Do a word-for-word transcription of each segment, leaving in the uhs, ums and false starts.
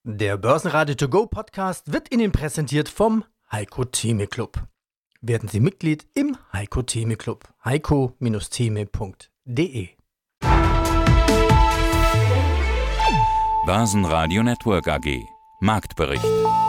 Der Börsenradio To Go Podcast wird Ihnen präsentiert vom Heiko Theme Club. Werden Sie Mitglied im Heiko Theme Club. heiko Theme punkt de. Börsenradio Network A G. Marktbericht.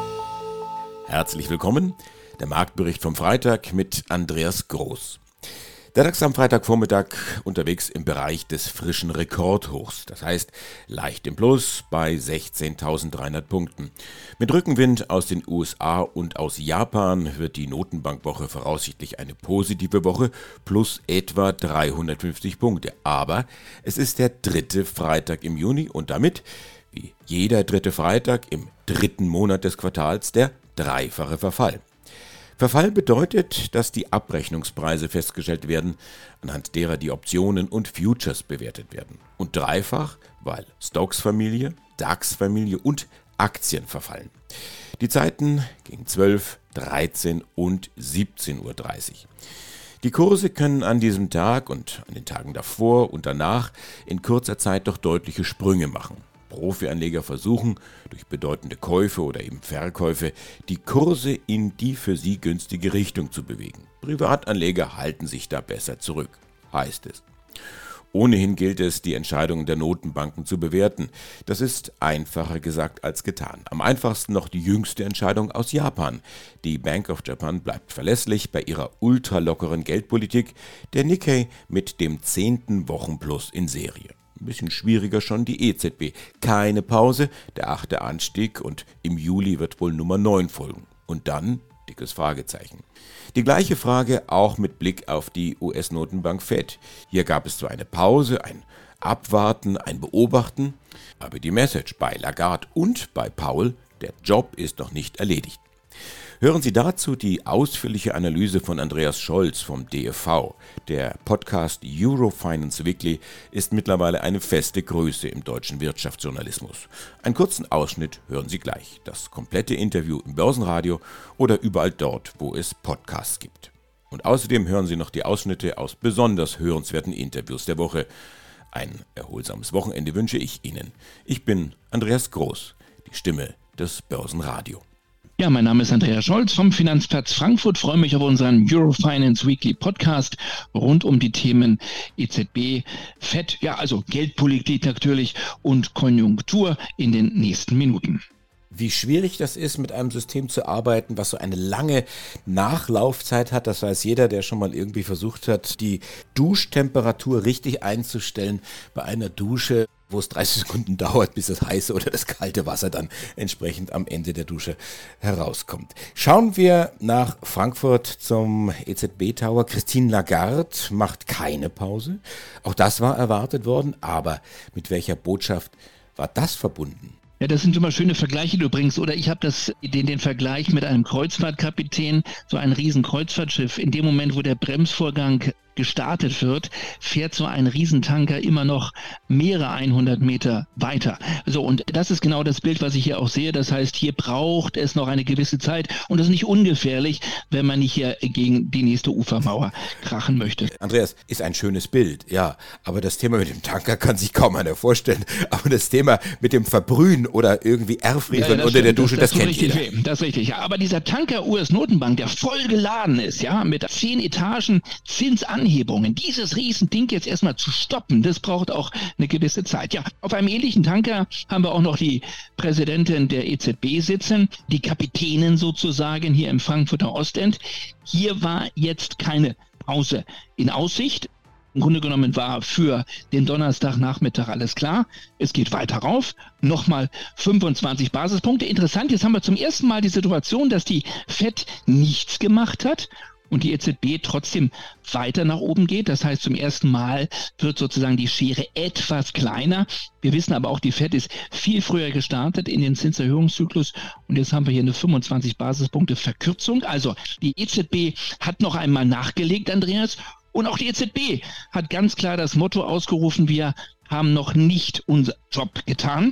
Herzlich willkommen. Der Marktbericht vom Freitag mit Andreas Groß. Der DAX am Freitagvormittag unterwegs im Bereich des frischen Rekordhochs. Das heißt, leicht im Plus bei sechzehntausenddreihundert Punkten. Mit Rückenwind aus den U S A und aus Japan wird die Notenbankwoche voraussichtlich eine positive Woche plus etwa dreihundertfünfzig Punkte. Aber es ist der dritte Freitag im Juni und damit, wie jeder dritte Freitag im dritten Monat des Quartals, der dreifache Verfall. Verfall bedeutet, dass die Abrechnungspreise festgestellt werden, anhand derer die Optionen und Futures bewertet werden. Und dreifach, weil Stocks-Familie, DAX-Familie und Aktien verfallen. Die Zeiten gegen zwölf, dreizehn und siebzehn Uhr dreißig. Die Kurse können an diesem Tag und an den Tagen davor und danach in kurzer Zeit doch deutliche Sprünge machen. Profi-Anleger versuchen, durch bedeutende Käufe oder eben Verkäufe, die Kurse in die für sie günstige Richtung zu bewegen. Privatanleger halten sich da besser zurück, heißt es. Ohnehin gilt es, die Entscheidungen der Notenbanken zu bewerten. Das ist einfacher gesagt als getan. Am einfachsten noch die jüngste Entscheidung aus Japan. Die Bank of Japan bleibt verlässlich bei ihrer ultralockeren Geldpolitik, der Nikkei mit dem zehnten Wochenplus in Serie. Ein bisschen schwieriger schon die E Z B. Keine Pause, der achte Anstieg und im Juli wird wohl Nummer neun folgen. Und dann dickes Fragezeichen. Die gleiche Frage auch mit Blick auf die U S-Notenbank Fed. Hier gab es zwar eine Pause, ein Abwarten, ein Beobachten, aber die Message bei Lagarde und bei Powell, der Job ist noch nicht erledigt. Hören Sie dazu die ausführliche Analyse von Andreas Scholz vom D F V. Der Podcast Eurofinance Weekly ist mittlerweile eine feste Größe im deutschen Wirtschaftsjournalismus. Einen kurzen Ausschnitt hören Sie gleich. Das komplette Interview im Börsenradio oder überall dort, wo es Podcasts gibt. Und außerdem hören Sie noch die Ausschnitte aus besonders hörenswerten Interviews der Woche. Ein erholsames Wochenende wünsche ich Ihnen. Ich bin Andreas Groß, die Stimme des Börsenradio. Ja, mein Name ist Andreas Scholz vom Finanzplatz Frankfurt. Freue mich auf unseren Eurofinance Weekly Podcast rund um die Themen E Z B, Fed, ja, also Geldpolitik natürlich und Konjunktur in den nächsten Minuten. Wie schwierig das ist, mit einem System zu arbeiten, was so eine lange Nachlaufzeit hat. Das weiß jeder, der schon mal irgendwie versucht hat, die Duschtemperatur richtig einzustellen bei einer Dusche, wo es dreißig Sekunden dauert, bis das heiße oder das kalte Wasser dann entsprechend am Ende der Dusche herauskommt. Schauen wir nach Frankfurt zum E Z B-Tower. Christine Lagarde macht keine Pause. Auch das war erwartet worden, aber mit welcher Botschaft war das verbunden? Ja, das sind immer schöne Vergleiche, die du bringst. Oder ich habe das den, den Vergleich mit einem Kreuzfahrtkapitän, so ein riesen Kreuzfahrtschiff. In dem Moment, wo der Bremsvorgang gestartet wird, fährt so ein Riesentanker immer noch mehrere hundert Meter weiter. So, und das ist genau das Bild, was ich hier auch sehe. Das heißt, hier braucht es noch eine gewisse Zeit und das ist nicht ungefährlich, wenn man nicht hier gegen die nächste Ufermauer krachen möchte. Andreas, ist ein schönes Bild, ja, aber das Thema mit dem Tanker kann sich kaum einer vorstellen. Aber das Thema mit dem Verbrühen oder irgendwie Erfrieren ja, unter der Dusche, das, das, das kennt jeder. Weh. Das ist richtig, ja. Aber dieser Tanker U S-Notenbank, der voll geladen ist, ja, mit zehn Etagen Zinsanhebungen, dieses Riesending jetzt erstmal zu stoppen, das braucht auch eine gewisse Zeit. Ja, auf einem ähnlichen Tanker haben wir auch noch die Präsidentin der E Z B sitzen, die Kapitänin sozusagen hier im Frankfurter Ostend. Hier war jetzt keine Pause in Aussicht. Im Grunde genommen war für den Donnerstagnachmittag alles klar. Es geht weiter rauf. Nochmal fünfundzwanzig Basispunkte. Interessant, jetzt haben wir zum ersten Mal die Situation, dass die Fed nichts gemacht hat und die E Z B trotzdem weiter nach oben geht. Das heißt, zum ersten Mal wird sozusagen die Schere etwas kleiner. Wir wissen aber auch, die Fed ist viel früher gestartet in den Zinserhöhungszyklus und jetzt haben wir hier eine fünfundzwanzig Basispunkte Verkürzung. Also die E Z B hat noch einmal nachgelegt, Andreas. Und auch die E Z B hat ganz klar das Motto ausgerufen, wir haben noch nicht unseren Job getan.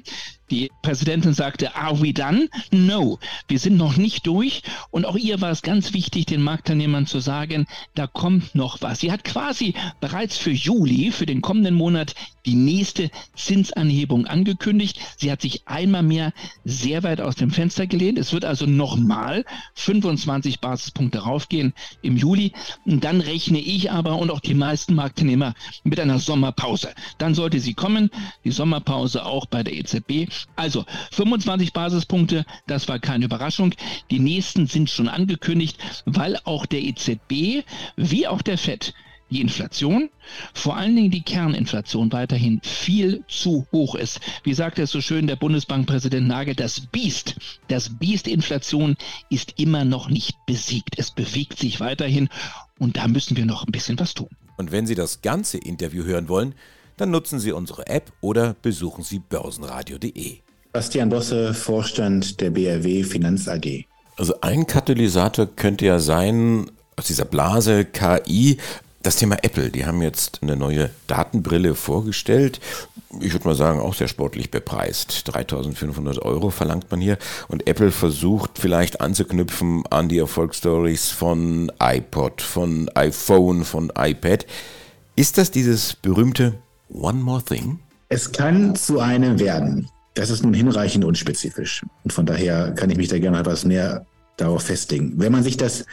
Die Präsidentin sagte, are we done? No, wir sind noch nicht durch. Und auch ihr war es ganz wichtig, den Marktteilnehmern zu sagen, da kommt noch was. Sie hat quasi bereits für Juli, für den kommenden Monat, die nächste Zinsanhebung angekündigt. Sie hat sich einmal mehr sehr weit aus dem Fenster gelehnt. Es wird also nochmal fünfundzwanzig Basispunkte raufgehen im Juli. Und dann rechne ich aber und auch die meisten Marktteilnehmer mit einer Sommerpause. Dann sollte sie kommen, die Sommerpause auch bei der E Z B. Also fünfundzwanzig Basispunkte, das war keine Überraschung. Die nächsten sind schon angekündigt, weil auch der E Z B wie auch der Fed die Inflation, vor allen Dingen die Kerninflation, weiterhin viel zu hoch ist. Wie sagte es so schön der Bundesbankpräsident Nagel, das Biest, das Biest Inflation ist immer noch nicht besiegt. Es bewegt sich weiterhin und da müssen wir noch ein bisschen was tun. Und wenn Sie das ganze Interview hören wollen, dann nutzen Sie unsere App oder besuchen Sie börsenradio punkt de. Bastian Bosse, Vorstand der B R W Finanz A G. Also ein Katalysator könnte ja sein, aus dieser Blase K I, das Thema Apple. Die haben jetzt eine neue Datenbrille vorgestellt. Ich würde mal sagen, auch sehr sportlich bepreist. dreitausendfünfhundert Euro verlangt man hier. Und Apple versucht vielleicht anzuknüpfen an die Erfolgsstories von iPod, von iPhone, von iPad. Ist das dieses berühmte One More Thing? Es kann zu einem werden. Das ist nun hinreichend unspezifisch. Und von daher kann ich mich da gerne etwas näher darauf festlegen. Wenn man sich das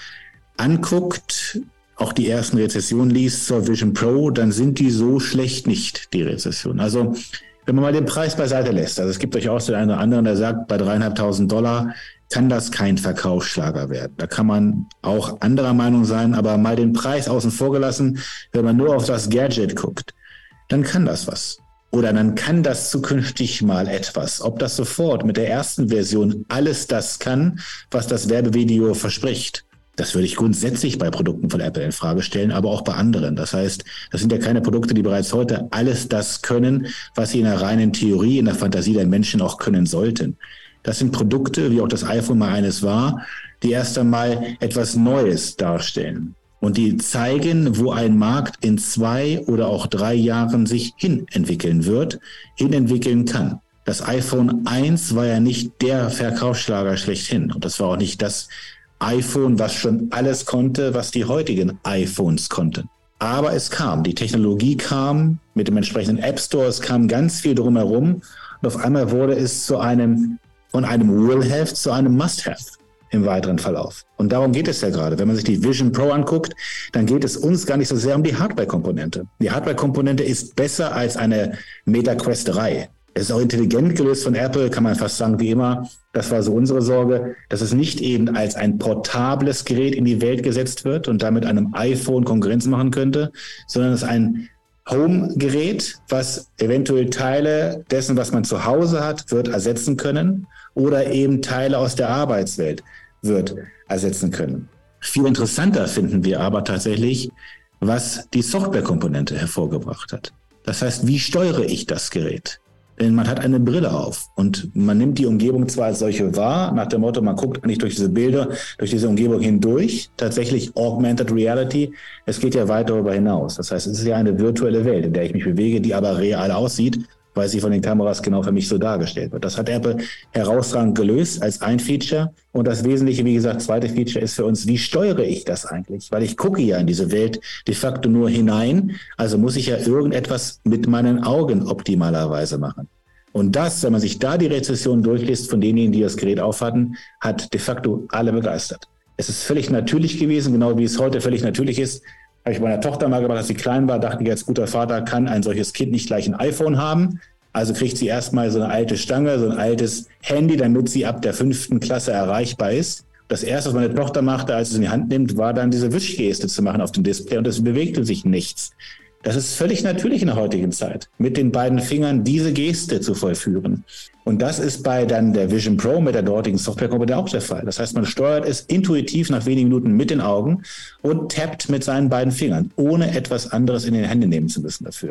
anguckt, auch die ersten Rezessionen liest zur Vision Pro, dann sind die so schlecht nicht, die Rezession. Also wenn man mal den Preis beiseite lässt, also es gibt durchaus den einen oder anderen, der sagt, bei dreieinhalbtausend Dollar kann das kein Verkaufsschlager werden. Da kann man auch anderer Meinung sein, aber mal den Preis außen vor gelassen, wenn man nur auf das Gadget guckt, dann kann das was. Oder dann kann das zukünftig mal etwas. Ob das sofort mit der ersten Version alles das kann, was das Werbevideo verspricht, das würde ich grundsätzlich bei Produkten von Apple in Frage stellen, aber auch bei anderen. Das heißt, das sind ja keine Produkte, die bereits heute alles das können, was sie in der reinen Theorie, in der Fantasie der Menschen auch können sollten. Das sind Produkte, wie auch das iPhone mal eines war, die erst einmal etwas Neues darstellen. Und die zeigen, wo ein Markt in zwei oder auch drei Jahren sich hinentwickeln wird, hinentwickeln kann. Das iPhone eins war ja nicht der Verkaufsschlager schlechthin. Und das war auch nicht das iPhone, was schon alles konnte, was die heutigen iPhones konnten. Aber es kam, die Technologie kam mit dem entsprechenden App Store, es kam ganz viel drumherum und auf einmal wurde es zu einem, von einem Will-Have zu einem Must-Have im weiteren Verlauf. Und darum geht es ja gerade. Wenn man sich die Vision Pro anguckt, dann geht es uns gar nicht so sehr um die Hardware-Komponente. Die Hardware-Komponente ist besser als eine Meta Quest drei. Es ist auch intelligent gelöst von Apple, kann man fast sagen, wie immer. Das war so unsere Sorge, dass es nicht eben als ein portables Gerät in die Welt gesetzt wird und damit einem iPhone Konkurrenz machen könnte, sondern es ist ein Home-Gerät, was eventuell Teile dessen, was man zu Hause hat, wird ersetzen können oder eben Teile aus der Arbeitswelt wird ersetzen können. Viel interessanter finden wir aber tatsächlich, was die Softwarekomponente hervorgebracht hat. Das heißt, wie steuere ich das Gerät? Denn man hat eine Brille auf und man nimmt die Umgebung zwar als solche wahr, nach dem Motto, man guckt eigentlich durch diese Bilder, durch diese Umgebung hindurch, tatsächlich Augmented Reality. Es geht ja weit darüber hinaus. Das heißt, es ist ja eine virtuelle Welt, in der ich mich bewege, die aber real aussieht, weil sie von den Kameras genau für mich so dargestellt wird. Das hat Apple herausragend gelöst als ein Feature. Und das Wesentliche, wie gesagt, zweite Feature ist für uns, wie steuere ich das eigentlich? Weil ich gucke ja in diese Welt de facto nur hinein. Also muss ich ja irgendetwas mit meinen Augen optimalerweise machen. Und das, wenn man sich da die Rezession durchliest von denjenigen, die das Gerät aufhatten, hat de facto alle begeistert. Es ist völlig natürlich gewesen, genau wie es heute völlig natürlich ist. Habe ich meiner Tochter mal gemacht, als sie klein war, dachte ich, als guter Vater kann ein solches Kind nicht gleich ein iPhone haben. Also kriegt sie erstmal so eine alte Stange, so ein altes Handy, damit sie ab der fünften Klasse erreichbar ist. Das Erste, was meine Tochter machte, als sie es in die Hand nimmt, war dann diese Wischgeste zu machen auf dem Display und es bewegte sich nichts. Das ist völlig natürlich in der heutigen Zeit, mit den beiden Fingern diese Geste zu vollführen. Und das ist bei dann der Vision Pro mit der dortigen Softwarekomponente auch der Fall. Das heißt, man steuert es intuitiv nach wenigen Minuten mit den Augen und tappt mit seinen beiden Fingern, ohne etwas anderes in die Hände nehmen zu müssen dafür.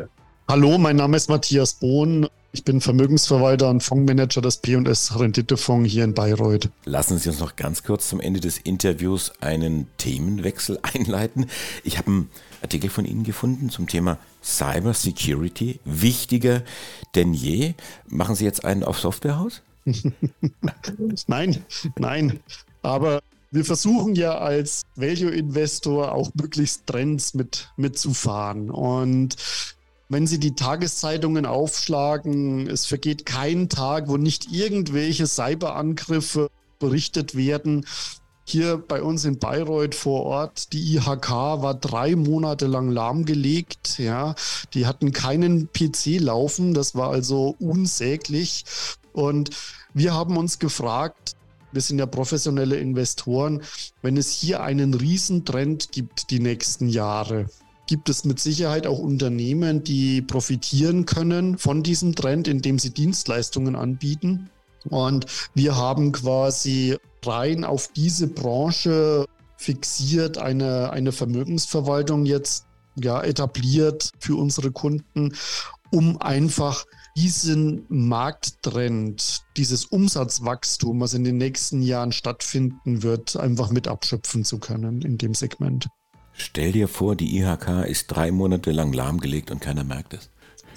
Hallo, mein Name ist Matthias Bohn. Ich bin Vermögensverwalter und Fondsmanager des P und S Renditefonds hier in Bayreuth. Lassen Sie uns noch ganz kurz zum Ende des Interviews einen Themenwechsel einleiten. Ich habe einen Artikel von Ihnen gefunden zum Thema Cyber Security. Wichtiger denn je. Machen Sie jetzt einen auf Softwarehaus? Nein, nein. Aber wir versuchen ja als Value-Investor auch möglichst Trends mit, mitzufahren. Und wenn Sie die Tageszeitungen aufschlagen, es vergeht kein Tag, wo nicht irgendwelche Cyberangriffe berichtet werden. Hier bei uns in Bayreuth vor Ort, die I H K war drei Monate lang lahmgelegt. Ja, die hatten keinen P C laufen, das war also unsäglich. Und wir haben uns gefragt, wir sind ja professionelle Investoren, wenn es hier einen Riesentrend gibt die nächsten Jahre, gibt es mit Sicherheit auch Unternehmen, die profitieren können von diesem Trend, indem sie Dienstleistungen anbieten. Und wir haben quasi rein auf diese Branche fixiert eine, eine Vermögensverwaltung jetzt ja, etabliert für unsere Kunden, um einfach diesen Markttrend, dieses Umsatzwachstum, was in den nächsten Jahren stattfinden wird, einfach mit abschöpfen zu können in dem Segment. Stell dir vor, die I H K ist drei Monate lang lahmgelegt und keiner merkt es.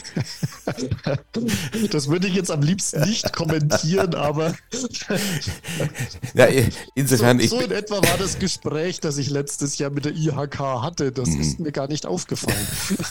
Das würde ich jetzt am liebsten nicht kommentieren, aber ja, insofern so, so in etwa war das Gespräch, das ich letztes Jahr mit der I H K hatte. Das mhm. ist mir gar nicht aufgefallen.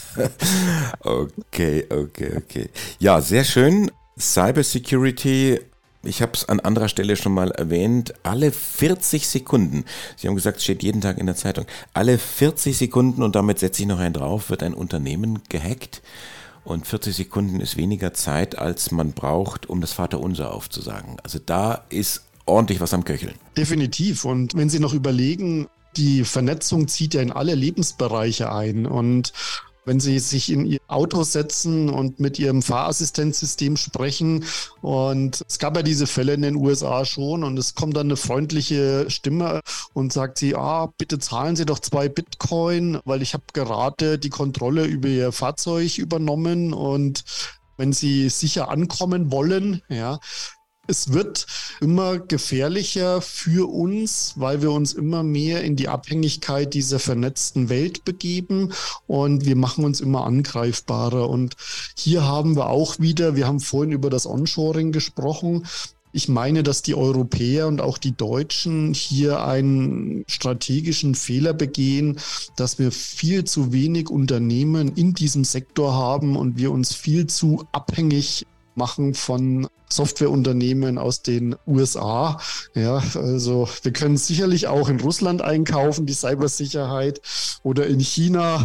Okay, okay, okay. Ja, sehr schön. Cybersecurity. Ich habe es an anderer Stelle schon mal erwähnt, alle vierzig Sekunden, Sie haben gesagt, es steht jeden Tag in der Zeitung, alle vierzig Sekunden, und damit setze ich noch einen drauf, wird ein Unternehmen gehackt, und vierzig Sekunden ist weniger Zeit, als man braucht, um das Vaterunser aufzusagen. Also da ist ordentlich was am Köcheln. Definitiv, und wenn Sie noch überlegen, die Vernetzung zieht ja in alle Lebensbereiche ein, und wenn Sie sich in Ihr Auto setzen und mit Ihrem Fahrassistenzsystem sprechen, und es gab ja diese Fälle in den U S A schon, und es kommt dann eine freundliche Stimme und sagt Sie, ah, bitte zahlen Sie doch zwei Bitcoin, weil ich habe gerade die Kontrolle über Ihr Fahrzeug übernommen, und wenn Sie sicher ankommen wollen, ja, es wird immer gefährlicher für uns, weil wir uns immer mehr in die Abhängigkeit dieser vernetzten Welt begeben, und wir machen uns immer angreifbarer. Und hier haben wir auch wieder, wir haben vorhin über das Onshoring gesprochen. Ich meine, dass die Europäer und auch die Deutschen hier einen strategischen Fehler begehen, dass wir viel zu wenig Unternehmen in diesem Sektor haben und wir uns viel zu abhängig machen von Softwareunternehmen aus den U S A. Ja, also wir können sicherlich auch in Russland einkaufen, die Cybersicherheit, oder in China.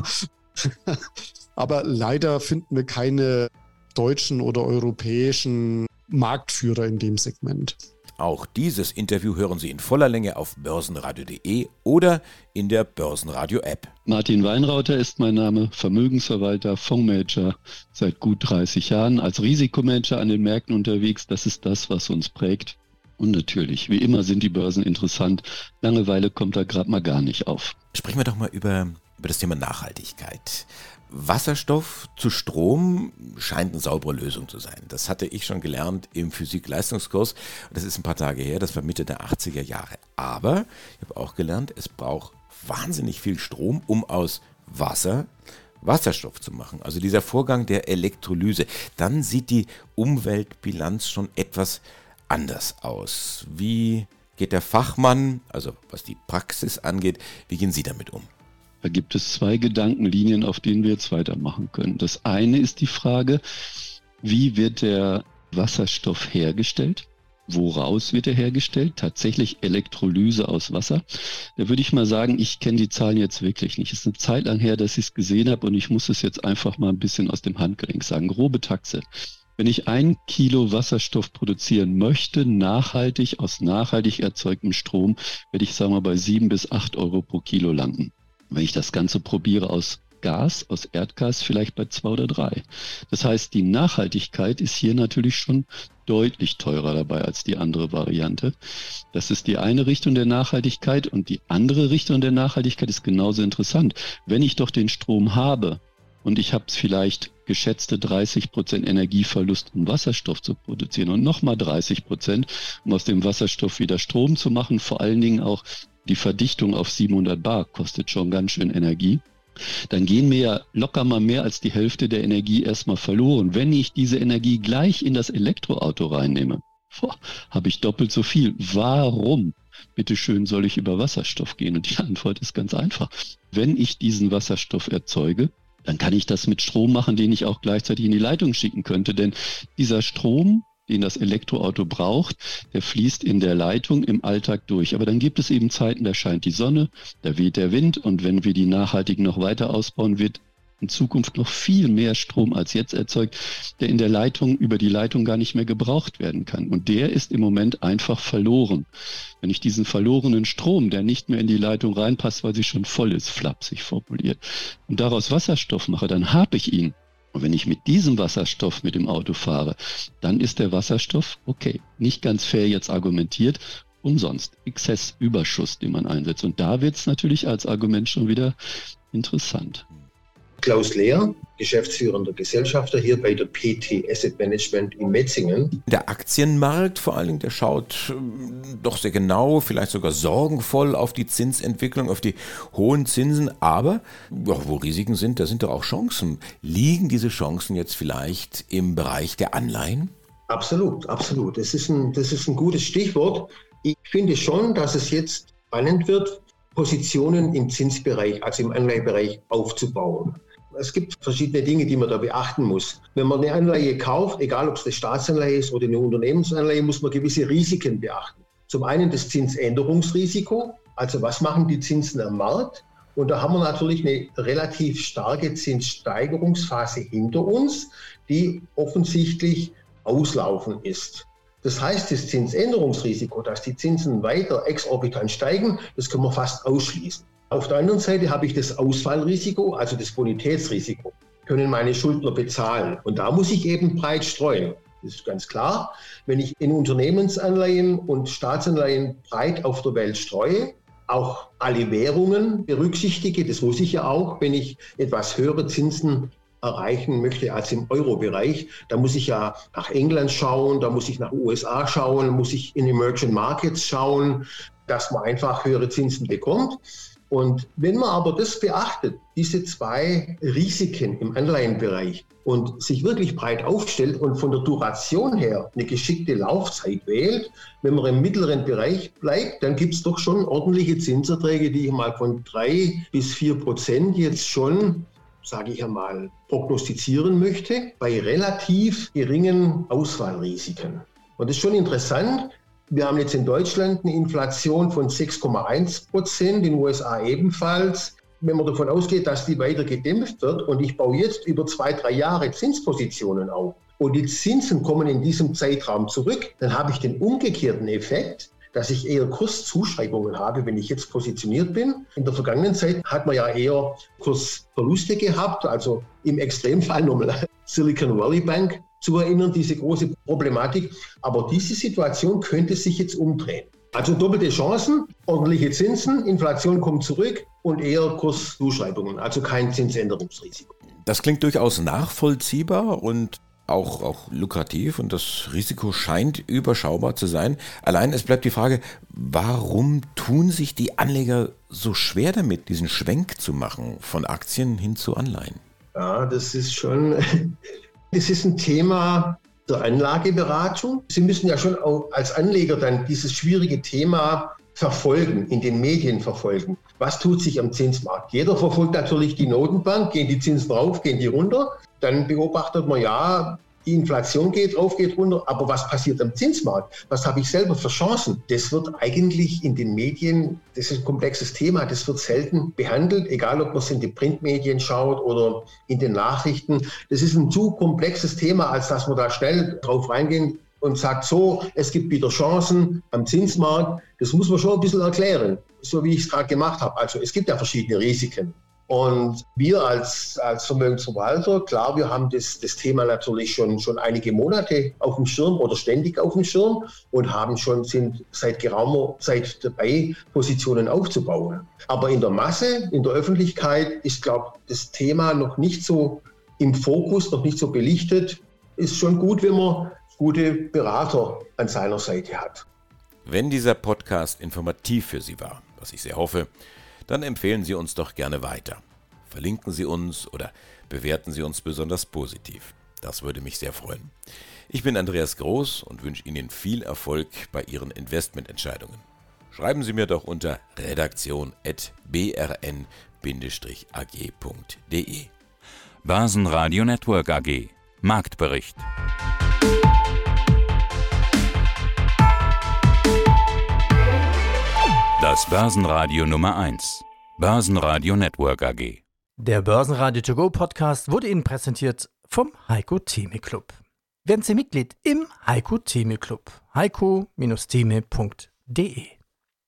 Aber leider finden wir keine deutschen oder europäischen Marktführer in dem Segment. Auch dieses Interview hören Sie in voller Länge auf börsenradio punkt de oder in der Börsenradio-App. Martin Weinrauter ist mein Name, Vermögensverwalter, Fondsmanager seit gut dreißig Jahren, als Risikomanager an den Märkten unterwegs. Das ist das, was uns prägt. Und natürlich, wie immer sind die Börsen interessant. Langeweile kommt da gerade mal gar nicht auf. Sprechen wir doch mal über, über das Thema Nachhaltigkeit. Wasserstoff zu Strom scheint eine saubere Lösung zu sein. Das hatte ich schon gelernt im Physik-Leistungskurs. Das ist ein paar Tage her, das war Mitte der achtziger Jahre. Aber ich habe auch gelernt, es braucht wahnsinnig viel Strom, um aus Wasser Wasserstoff zu machen. Also dieser Vorgang der Elektrolyse. Dann sieht die Umweltbilanz schon etwas anders aus. Wie geht der Fachmann, also was die Praxis angeht, wie gehen Sie damit um? Da gibt es zwei Gedankenlinien, auf denen wir jetzt weitermachen können. Das eine ist die Frage, wie wird der Wasserstoff hergestellt? Woraus wird er hergestellt? Tatsächlich Elektrolyse aus Wasser. Da würde ich mal sagen, ich kenne die Zahlen jetzt wirklich nicht. Es ist eine Zeit lang her, dass ich es gesehen habe, und ich muss es jetzt einfach mal ein bisschen aus dem Handgelenk sagen. Grobe Taxe. Wenn ich ein Kilo Wasserstoff produzieren möchte, nachhaltig, aus nachhaltig erzeugtem Strom, werde ich, sagen wir, bei sieben bis acht Euro pro Kilo landen. Wenn ich das Ganze probiere aus Gas, aus Erdgas, vielleicht bei zwei oder drei. Das heißt, die Nachhaltigkeit ist hier natürlich schon deutlich teurer dabei als die andere Variante. Das ist die eine Richtung der Nachhaltigkeit, und die andere Richtung der Nachhaltigkeit ist genauso interessant. Wenn ich doch den Strom habe und ich habe vielleicht geschätzte dreißig Prozent Energieverlust, um Wasserstoff zu produzieren und nochmal dreißig Prozent, um aus dem Wasserstoff wieder Strom zu machen. Vor allen Dingen auch die Verdichtung auf siebenhundert Bar kostet schon ganz schön Energie. Dann gehen mir ja locker mal mehr als die Hälfte der Energie erstmal verloren. Wenn ich diese Energie gleich in das Elektroauto reinnehme, habe ich doppelt so viel. Warum, bitteschön, soll ich über Wasserstoff gehen? Und die Antwort ist ganz einfach. Wenn ich diesen Wasserstoff erzeuge, dann kann ich das mit Strom machen, den ich auch gleichzeitig in die Leitung schicken könnte. Denn dieser Strom, den das Elektroauto braucht, der fließt in der Leitung im Alltag durch. Aber dann gibt es eben Zeiten, da scheint die Sonne, da weht der Wind und wenn wir die nachhaltig noch weiter ausbauen, wird in Zukunft noch viel mehr Strom als jetzt erzeugt, der in der Leitung, über die Leitung gar nicht mehr gebraucht werden kann. Und der ist im Moment einfach verloren. Wenn ich diesen verlorenen Strom, der nicht mehr in die Leitung reinpasst, weil sie schon voll ist, flapsig formuliert, und daraus Wasserstoff mache, dann habe ich ihn. Und wenn ich mit diesem Wasserstoff mit dem Auto fahre, dann ist der Wasserstoff, okay, nicht ganz fair jetzt argumentiert, umsonst, Exzessüberschuss, den man einsetzt. Und da wird es natürlich als Argument schon wieder interessant. Klaus Lehr, geschäftsführender Gesellschafter hier bei der P T Asset Management in Metzingen. Der Aktienmarkt vor allen Dingen, der schaut äh, doch sehr genau, vielleicht sogar sorgenvoll auf die Zinsentwicklung, auf die hohen Zinsen. Aber ja, wo Risiken sind, da sind doch auch Chancen. Liegen diese Chancen jetzt vielleicht im Bereich der Anleihen? Absolut, absolut. Das ist ein, das ist ein gutes Stichwort. Ich finde schon, dass es jetzt spannend wird, Positionen im Zinsbereich, also im Anleihebereich aufzubauen. Es gibt verschiedene Dinge, die man da beachten muss. Wenn man eine Anleihe kauft, egal ob es eine Staatsanleihe ist oder eine Unternehmensanleihe, muss man gewisse Risiken beachten. Zum einen das Zinsänderungsrisiko, also was machen die Zinsen am Markt? Und da haben wir natürlich eine relativ starke Zinssteigerungsphase hinter uns, die offensichtlich auslaufen ist. Das heißt, das Zinsänderungsrisiko, dass die Zinsen weiter exorbitant steigen, das können wir fast ausschließen. Auf der anderen Seite habe ich das Ausfallrisiko, also das Bonitätsrisiko. Können meine Schuldner bezahlen? Und da muss ich eben breit streuen. Das ist ganz klar. Wenn ich in Unternehmensanleihen und Staatsanleihen breit auf der Welt streue, auch alle Währungen berücksichtige, das muss ich ja auch, wenn ich etwas höhere Zinsen erreichen möchte als im Euro-Bereich, da muss ich ja nach England schauen, da muss ich nach U S A schauen, muss ich in Emerging Markets schauen, dass man einfach höhere Zinsen bekommt. Und wenn man aber das beachtet, diese zwei Risiken im Anleihenbereich und sich wirklich breit aufstellt und von der Duration her eine geschickte Laufzeit wählt, wenn man im mittleren Bereich bleibt, dann gibt es doch schon ordentliche Zinserträge, die ich mal von drei bis vier Prozent jetzt schon, sage ich einmal, prognostizieren möchte, bei relativ geringen Ausfallrisiken. Und das ist schon interessant. Wir haben jetzt in Deutschland eine Inflation von sechs Komma eins Prozent, in den U S A ebenfalls. Wenn man davon ausgeht, dass die weiter gedämpft wird und ich baue jetzt über zwei, drei Jahre Zinspositionen auf und die Zinsen kommen in diesem Zeitraum zurück, dann habe ich den umgekehrten Effekt, dass ich eher Kurszuschreibungen habe, wenn ich jetzt positioniert bin. In der vergangenen Zeit hat man ja eher Kursverluste gehabt, also im Extremfall nochmal Silicon Valley Bank zu erinnern, diese große Problematik. Aber diese Situation könnte sich jetzt umdrehen. Also doppelte Chancen, ordentliche Zinsen, Inflation kommt zurück und eher Kurszuschreibungen, also kein Zinsänderungsrisiko. Das klingt durchaus nachvollziehbar und auch, auch lukrativ und das Risiko scheint überschaubar zu sein. Allein es bleibt die Frage, warum tun sich die Anleger so schwer damit, diesen Schwenk zu machen von Aktien hin zu Anleihen? Ja, das ist schon, das ist ein Thema der Anlageberatung. Sie müssen ja schon auch als Anleger dann dieses schwierige Thema verfolgen, in den Medien verfolgen. Was tut sich am Zinsmarkt? Jeder verfolgt natürlich die Notenbank, gehen die Zinsen rauf, gehen die runter. Dann beobachtet man, ja, die Inflation geht rauf, geht runter, aber was passiert am Zinsmarkt? Was habe ich selber für Chancen? Das wird eigentlich in den Medien, das ist ein komplexes Thema, das wird selten behandelt, egal ob man es in die Printmedien schaut oder in den Nachrichten. Das ist ein zu komplexes Thema, als dass man da schnell drauf reingehen und sagt, so, es gibt wieder Chancen am Zinsmarkt. Das muss man schon ein bisschen erklären, so wie ich es gerade gemacht habe. Also es gibt ja verschiedene Risiken. Und wir als, als Vermögensverwalter, klar, wir haben das, das Thema natürlich schon, schon einige Monate auf dem Schirm oder ständig auf dem Schirm und haben schon, sind seit geraumer Zeit dabei, Positionen aufzubauen. Aber in der Masse, in der Öffentlichkeit ist, glaube ich, das Thema noch nicht so im Fokus, noch nicht so belichtet. Ist schon gut, wenn man gute Berater an seiner Seite hat. Wenn dieser Podcast informativ für Sie war, was ich sehr hoffe, dann empfehlen Sie uns doch gerne weiter. Verlinken Sie uns oder bewerten Sie uns besonders positiv. Das würde mich sehr freuen. Ich bin Andreas Groß und wünsche Ihnen viel Erfolg bei Ihren Investmententscheidungen. Schreiben Sie mir doch unter redaktion at b r n bindestrich a g punkt d e. Börsenradio Network A G. Marktbericht. Das Börsenradio Nummer eins. Börsenradio Network A G. Der Börsenradio To Go Podcast wurde Ihnen präsentiert vom Heiko Theme Club. Werden Sie Mitglied im Heiko Theme Club. heiko Bindestrich theme punkt de